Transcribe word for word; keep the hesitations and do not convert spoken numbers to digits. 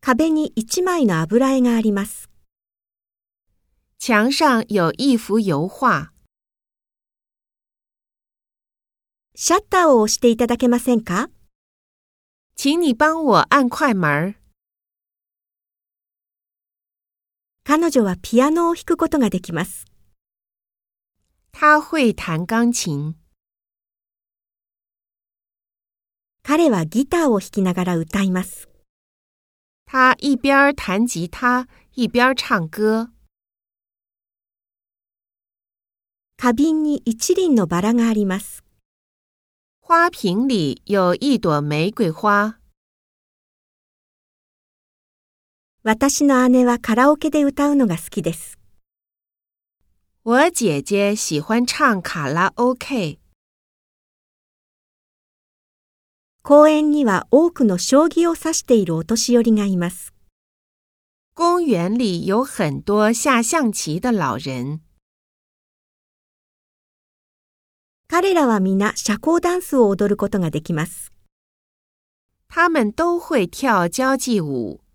壁に一枚の油絵があります。 墙上有一幅油画。 シャッターを押していただけませんか？ 请你帮我按快门。 彼女はピアノを弾くことができます。 他会弹钢琴。 彼はギターを弾きながら歌います。 他一边弹吉他一边唱歌。 花瓶に一輪のバラがあります。 花瓶里有一朵玫瑰花。 私の姉はカラオケで歌うのが好きです。 我姐姐喜欢唱卡拉 OK。 公園には多くの将棋を指しているお年寄りがいます。 公園里有很多下象棋的老人。 彼らは皆社交ダンスを踊ることができます。 他们都会跳交际舞。